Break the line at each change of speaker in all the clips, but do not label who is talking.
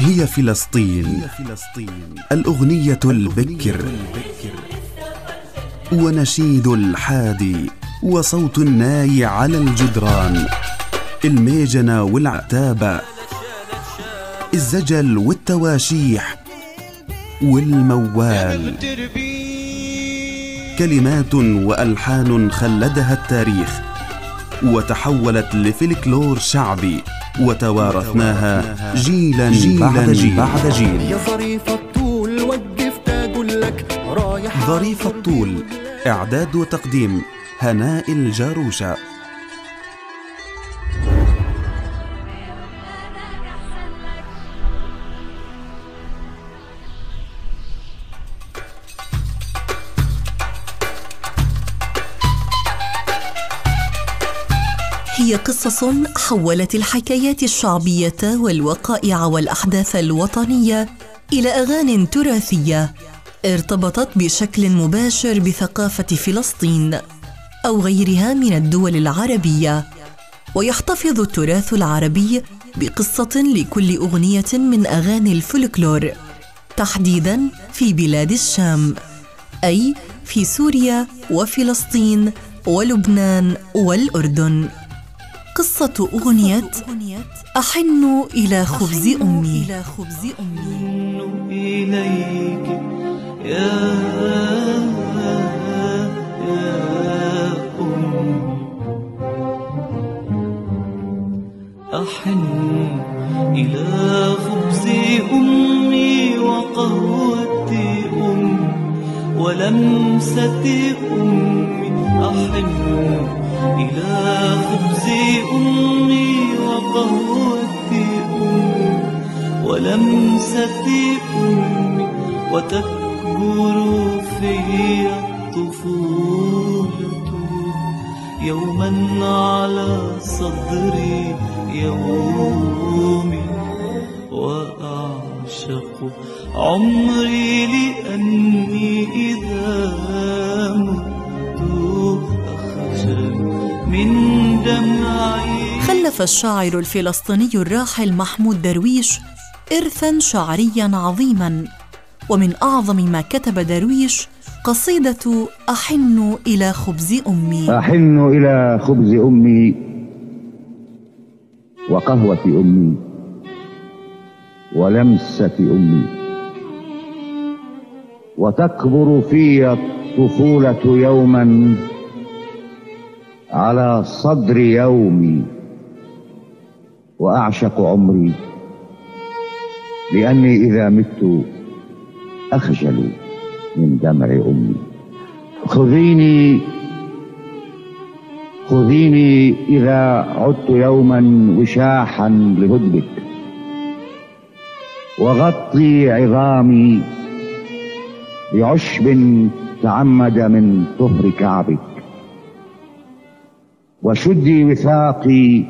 هي فلسطين، الأغنية البكر ونشيد الحادي وصوت الناي على الجدران، الميجنة والعتابة، الزجل والتواشيح والموال، كلمات وألحان خلدها التاريخ وتحولت لفلكلور شعبي وتوارثناها جيلا بعد جيل.
يا ظريف الطول وقفت أقول لك رايح.
ظريف الطول، إعداد وتقديم هناء الجاروشة.
هي قصص حولت الحكايات الشعبية والوقائع والأحداث الوطنية إلى أغاني تراثية ارتبطت بشكل مباشر بثقافة فلسطين أو غيرها من الدول العربية. ويحتفظ التراث العربي بقصة لكل أغنية من أغاني الفولكلور، تحديداً في بلاد الشام، أي في سوريا وفلسطين ولبنان والأردن. قصة أغنية أحن إلى خبز أمي.
إليك يا أمي، أحن إلى خبز أمي وقهوة أمي ولمسة أمي، أحن إلى خبز أمي وقهوة أمي ولمسة أمي، وتكبر في الطفولة يوما على صدري يومي، وأعشق عمري لأني إذا مت أخجل من دمعي.
خلف الشاعر الفلسطيني الراحل محمود درويش إرثاً شعرياً عظيماً، ومن أعظم ما كتب درويش قصيدة أحن إلى خبز أمي.
أحن إلى خبز أمي وقهوة أمي ولمسة أمي، وتكبر في الطفولة يوما على صدر يومي، وأعشق عمري لأني إذا مت أخجل من دمع أمي. خذيني إذا عدت يوما وشاحا لهدبك، وغطي عظامي بعشب تعمد من طهر كعبك، وشدي وثاقي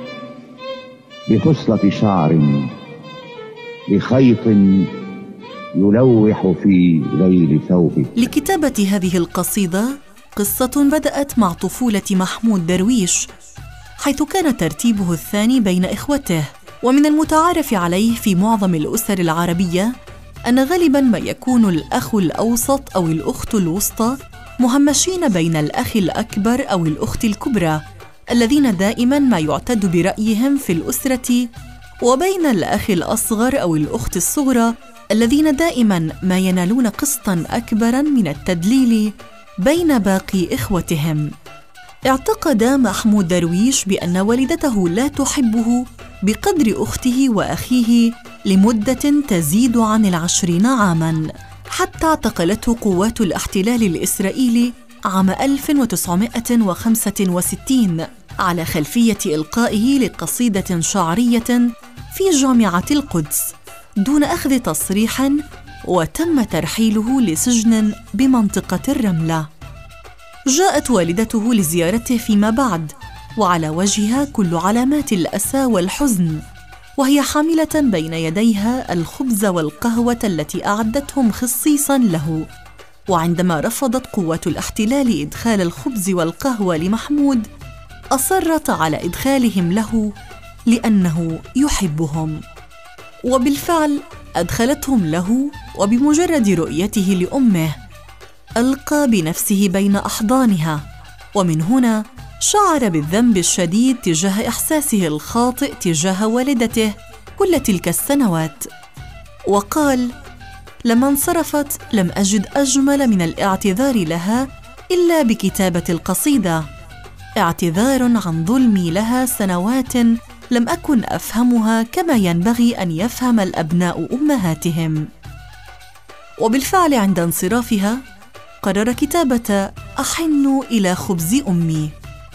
بخصلة شعر بخيط يلوح في ليل ثوبك.
لكتابة هذه القصيدة قصة بدأت مع طفولة محمود درويش، حيث كان ترتيبه الثاني بين إخوته. ومن المتعارف عليه في معظم الأسر العربية أن غالباً ما يكون الأخ الأوسط أو الأخت الوسطى مهمشين بين الأخ الأكبر أو الأخت الكبرى، الذين دائماً ما يعتد برأيهم في الأسرة، وبين الأخ الأصغر أو الأخت الصغرى، الذين دائماً ما ينالون قسطاً أكبراً من التدليل بين باقي إخوتهم. اعتقد محمود درويش بأن والدته لا تحبه بقدر أخته وأخيه لمدة تزيد عن 20 عاماً، حتى اعتقلته قوات الاحتلال الإسرائيلي عام 1965 على خلفية إلقائه لقصيدة شعرية في جامعة القدس دون أخذ تصريح، وتم ترحيله لسجن بمنطقة الرملة. جاءت والدته لزيارته فيما بعد وعلى وجهها كل علامات الأسى والحزن، وهي حاملة بين يديها الخبز والقهوة التي أعدتهم خصيصاً له. وعندما رفضت قوات الاحتلال إدخال الخبز والقهوة لمحمود، أصرت على إدخالهم له لأنه يحبهم. وبالفعل أدخلتهم له، وبمجرد رؤيته لأمه ألقى بنفسه بين أحضانها، ومن هنا شعر بالذنب الشديد تجاه إحساسه الخاطئ تجاه والدته كل تلك السنوات، وقال: لما انصرفت لم أجد أجمل من الاعتذار لها إلا بكتابة القصيدة، اعتذار عن ظلمي لها سنوات لم أكن أفهمها كما ينبغي أن يفهم الأبناء أمهاتهم. وبالفعل عند انصرافها قرر كتابة أحن إلى خبز أمي،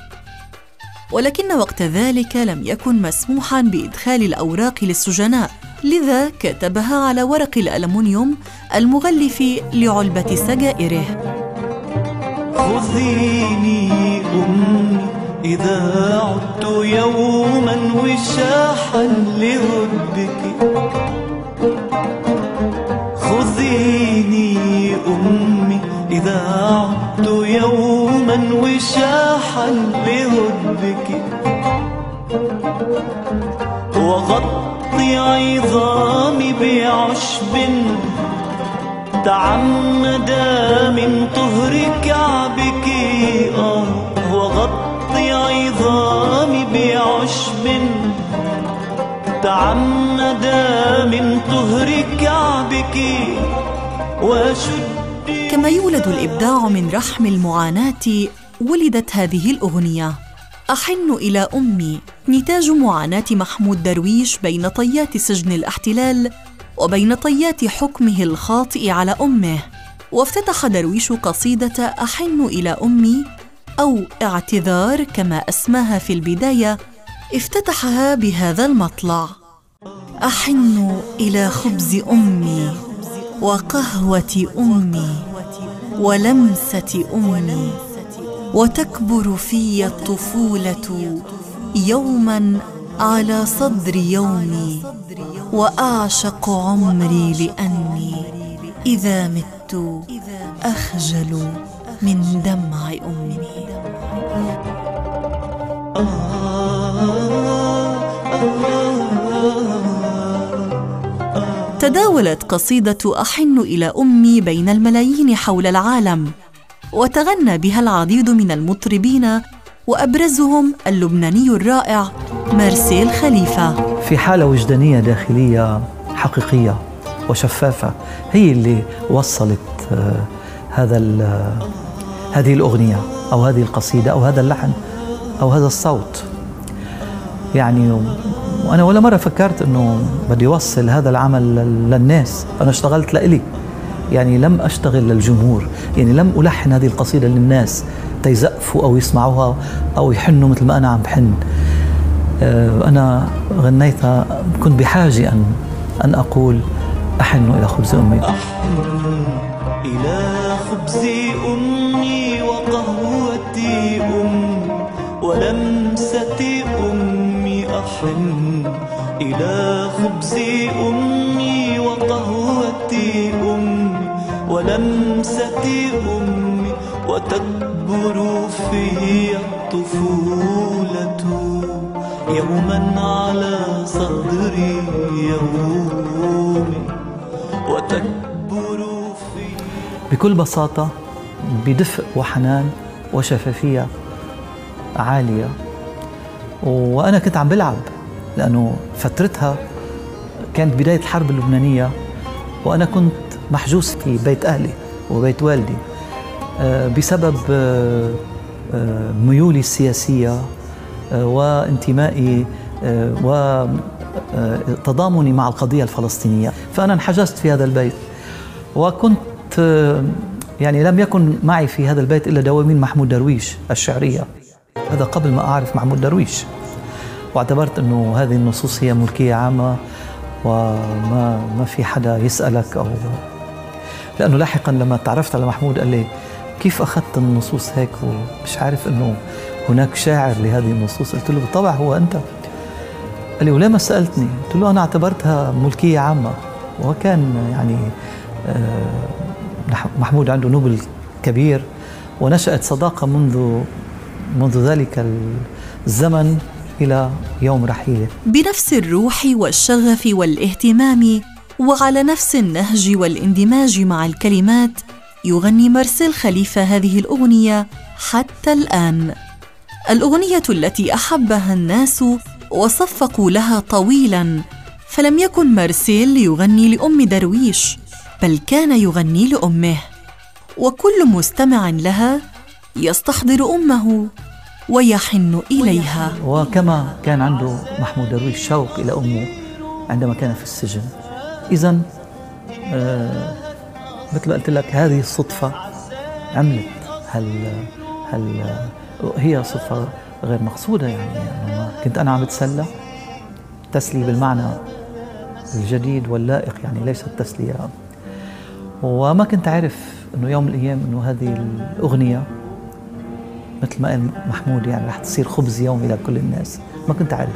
ولكن وقت ذلك لم يكن مسموحاً بإدخال الأوراق للسجناء، لذا كتبها على ورق الألمنيوم المغلف لعلبة سجائره:
خذيني أمي إذا عدت يوما وشاحا لهدك، خذيني أمي إذا عدت يوما وشاحا لهدك، وغطي عظامي بعشب تعمد من طهر كعبك، وغطي عظامي بعشب تعمد من طهر كعبك وشد.
كما يولد الإبداع من رحم المعاناة، ولدت هذه الأغنية أحن إلى أمي، نتاج معاناة محمود درويش بين طيات سجن الاحتلال وبين طيات حكمه الخاطئ على أمه. وافتتح درويش قصيدة أحن إلى أمي أو اعتذار كما أسماها في البداية، افتتحها بهذا المطلع: أحن إلى خبز أمي وقهوة أمي ولمسة أمي، وتكبر في الطفولة يوما على صدر يومي، وأعشق عمري لأني إذا مت أخجل من دمع أمي. تداولت قصيدة أحن إلى أمي بين الملايين حول العالم، وتغنى بها العديد من المطربين، وأبرزهم اللبناني الرائع مارسيل خليفة.
في حالة وجدانية داخلية حقيقية وشفافة هي اللي وصلت هذه الأغنية أو هذه القصيدة أو هذا اللحن أو هذا الصوت. يعني وأنا ولا مرة فكرت أنه بدي أوصل هذا العمل للناس، أنا اشتغلت لإلي، يعني لم أشتغل للجمهور، يعني لم ألحن هذه القصيدة للناس تيزقفوا أو يسمعوها أو يحنوا مثل ما أنا عم بحن. أنا غنيتها كنت بحاجة أن أقول أحن إلى خبز أمي.
أحن إلى خبز أمي وقهوة أمي ولمسة أمي، أحن إلى خبز أمي وقهوة أمي ولمسة أمي، وتكبر في الطفولة يوما على صدري يومي، وتكبر في.
بكل بساطة بدفء وحنان وشفافية عالية. وأنا كنت عم بلعب لأنه فترتها كانت بداية الحرب اللبنانية، وأنا كنت محجوز في بيت أهلي وبيت والدي بسبب ميولي السياسية وانتمائي وتضامني مع القضية الفلسطينية. فأنا انحجزت في هذا البيت، وكنت يعني لم يكن معي في هذا البيت إلا دواوين محمود درويش الشعرية، هذا قبل ما أعرف محمود درويش، واعتبرت أنه هذه النصوص هي ملكية عامة وما في حدا يسألك. أو لأنه لاحقا لما تعرفت على محمود قال لي كيف أخذت النصوص هيك ومش عارف أنه هناك شاعر لهذه النصوص؟ قلت له بالطبع هو أنت. قال لي وليه ما سألتني؟ قلت له أنا اعتبرتها ملكية عامة. وكان يعني محمود عنده نبل كبير، ونشأت صداقة منذ ذلك الزمن إلى يوم رحيله.
بنفس الروح والشغف والاهتمام وعلى نفس النهج والاندماج مع الكلمات يغني مارسيل خليفة هذه الأغنية حتى الآن، الأغنية التي أحبها الناس وصفقوا لها طويلاً. فلم يكن مارسيل يغني لأم درويش، بل كان يغني لأمه، وكل مستمع لها يستحضر أمه ويحن إليها.
وكما كان عنده محمود درويش شوق إلى أمه عندما كان في السجن. إذن مثل ما قلت لك هذه الصدفة عملت هل هي صدفة غير مقصودة، يعني كنت أنا عم بتسلى تسلية بالمعنى الجديد واللائق، يعني ليس التسلية، وما كنت أعرف أنه يوم من الأيام أنه هذه الأغنية مثل ما قال محمود يعني رح تصير خبز يومي لكل الناس. ما كنت أعرف.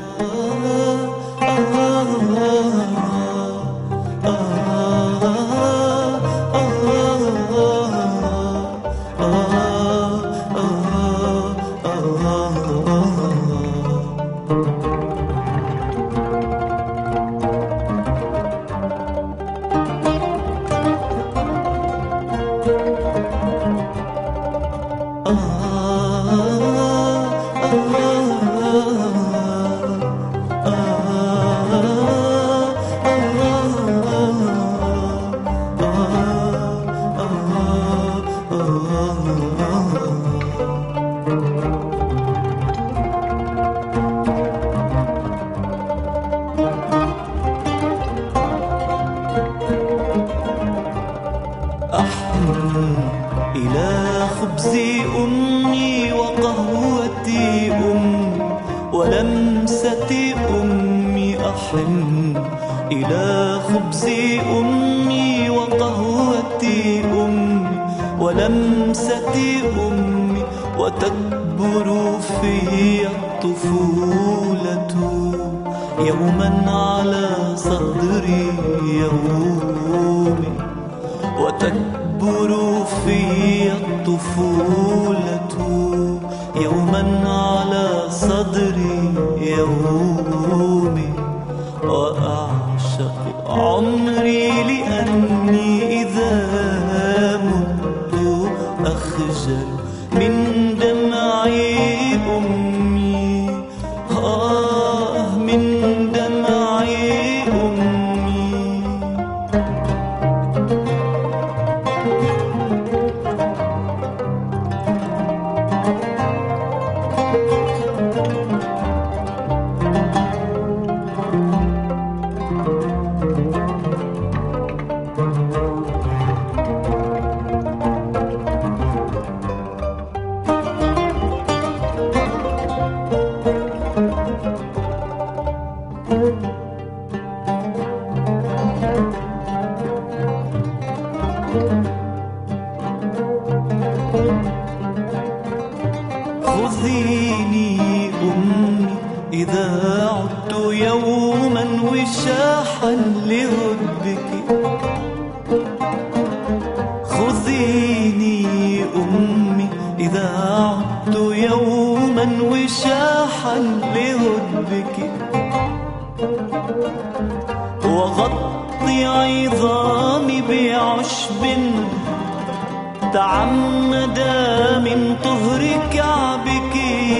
إلى خبز أمي وقهوتي ولمسة أمي أحن إلى خبز أمي وقهوتي ولمسة أمي وتكبر في الطفولة يوما على صدري يومي وتكبر في الطفولة يوما على صدري يومي وأعشق عمري لأني إذا مت أخجل من دمعي أمي من دمعي أمي. خذيني أمي إذا عدت يوما وشاحا لهدبك خذيني أمي إذا عدت يوما وشاحا لهدبك وغطي عظامي بعشب تعمد من طهر كعبك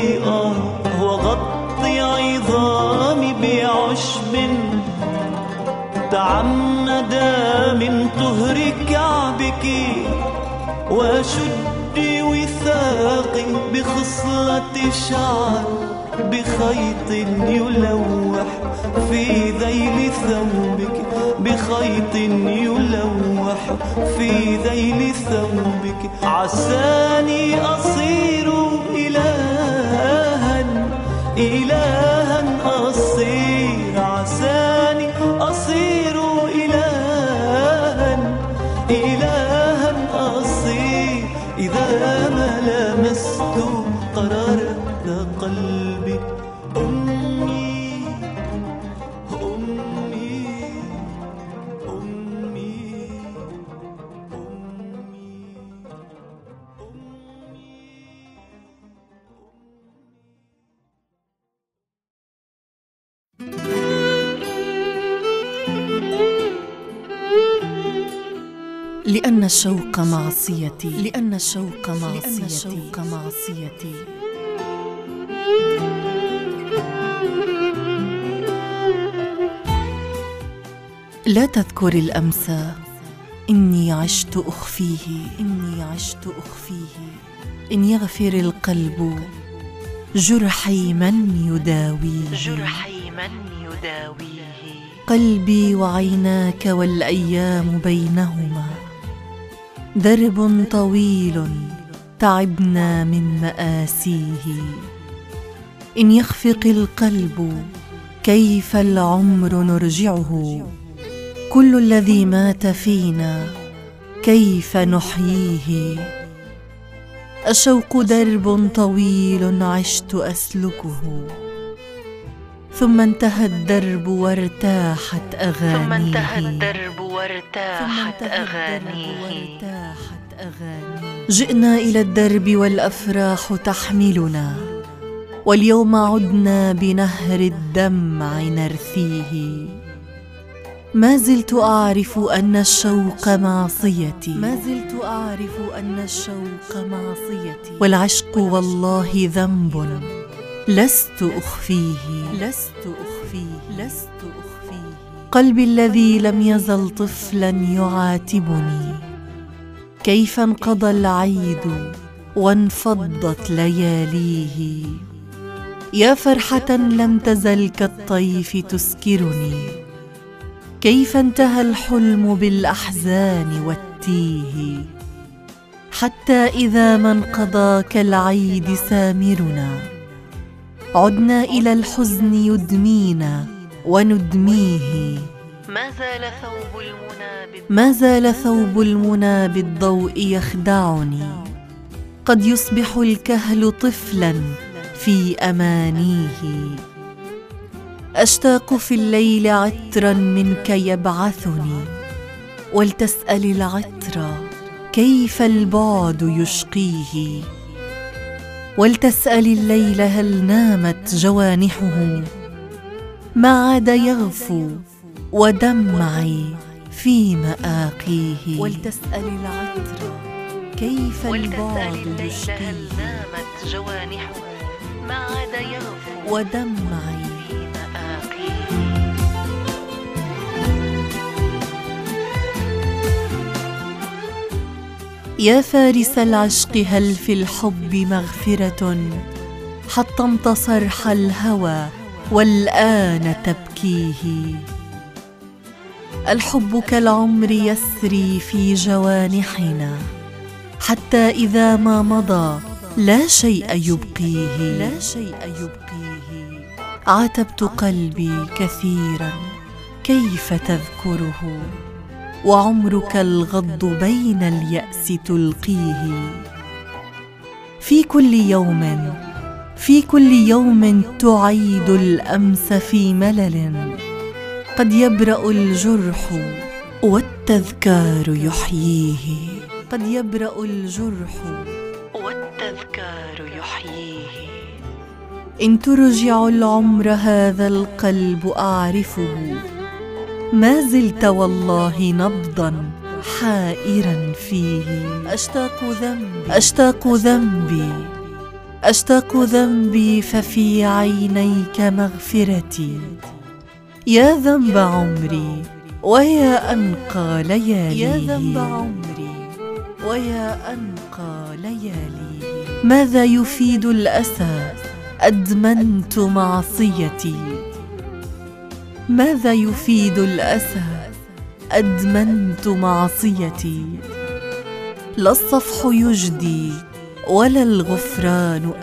وغطي عظامي بعشب تعمد من طهر كعبك وشد وثاقي بخصلة شعر بخيط يلوح في ذيل ثوبك بخيط يلوح في ذيل ثوبك عساني أصير إلها إلها أصير عساني أصير إلها إلها أصير إذا ما لمست قرارة قلبي أمي أمي
لأن الشوق معصيتي، لأن الشوق معصيتي. لا تذكر الأمسى، إني عشت أخفيه، إن يغفر القلب جرحي من يداويه، قلبي وعيناك والأيام بينهما درب طويل تعبنا من مآسيه. إن يخفق القلب كيف العمر نرجعه، كل الذي مات فينا كيف نحييه. الشوق درب طويل عشت أسلكه، ثم انتهى الدرب وارتاحت أغانيه، جئنا إلى الدرب والأفراح تحملنا، واليوم عدنا بنهر الدمع نرثيه. ما زلت أعرف أن الشوق معصيتي، والعشق والله ذنب لست أخفيه. قلبي الذي لم يزل طفلا يعاتبني، كيف انقضى العيد وانفضت لياليه. يا فرحة لم تزل كالطيف تسكرني، كيف انتهى الحلم بالأحزان والتيه. حتى إذا ما انقضى كالعيد سامرنا، عدنا إلى الحزن يدمينا وندميه. ما زال ثوب المنى بالضوء يخدعني، قد يصبح الكهل طفلا في أمانيه. أشتاق في الليل عطرا منك يبعثني، ولتسأل العطر كيف البعد يشقيه. ولتسأل الليل هل نامت جوانحه، ما عاد يغفو ودمعي في مآقيه. ولتسأل العطر كيف البعد يشقيه، هل نامت جوانحه، ما عاد يغفو ودمعي في مآقيه. يا فارس العشق هل في الحب مغفرة، حطمت صرح الهوى والآن تبكيه. الحب كالعمر يسري في جوانحنا، حتى إذا ما مضى لا شيء يبقيه. عاتبت قلبي كثيرا كيف تذكره، وعمرك الغض بين اليأس تلقيه. في كل يوم تعيد الأمس في ملل، قد يبرأ الجرح والتذكار يحييه. إن ترجع العمر هذا القلب أعرفه، ما زلت والله نبضا حائرا فيه. أشتاق ذنبي ففي عينيك مغفرتي. يا ذنب عمري ويا أنقى لياليه. ماذا يفيد الأسى أدمنت معصيتي، ماذا يفيد الأسى أدمنت معصيتي. لا الصفح يجدي ولا الغفران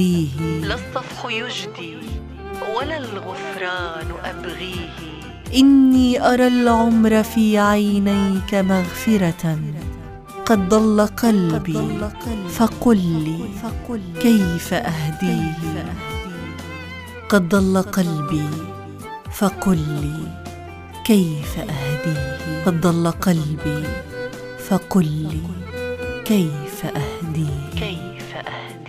أبغيه. إني أرى العمر في عينيك مغفرة، قد ضل قلبي فقل لي كيف أهديه. قد ضل قلبي فقل لي كيف أهديه. قد ضل قلبي فقل لي كيف أهديه.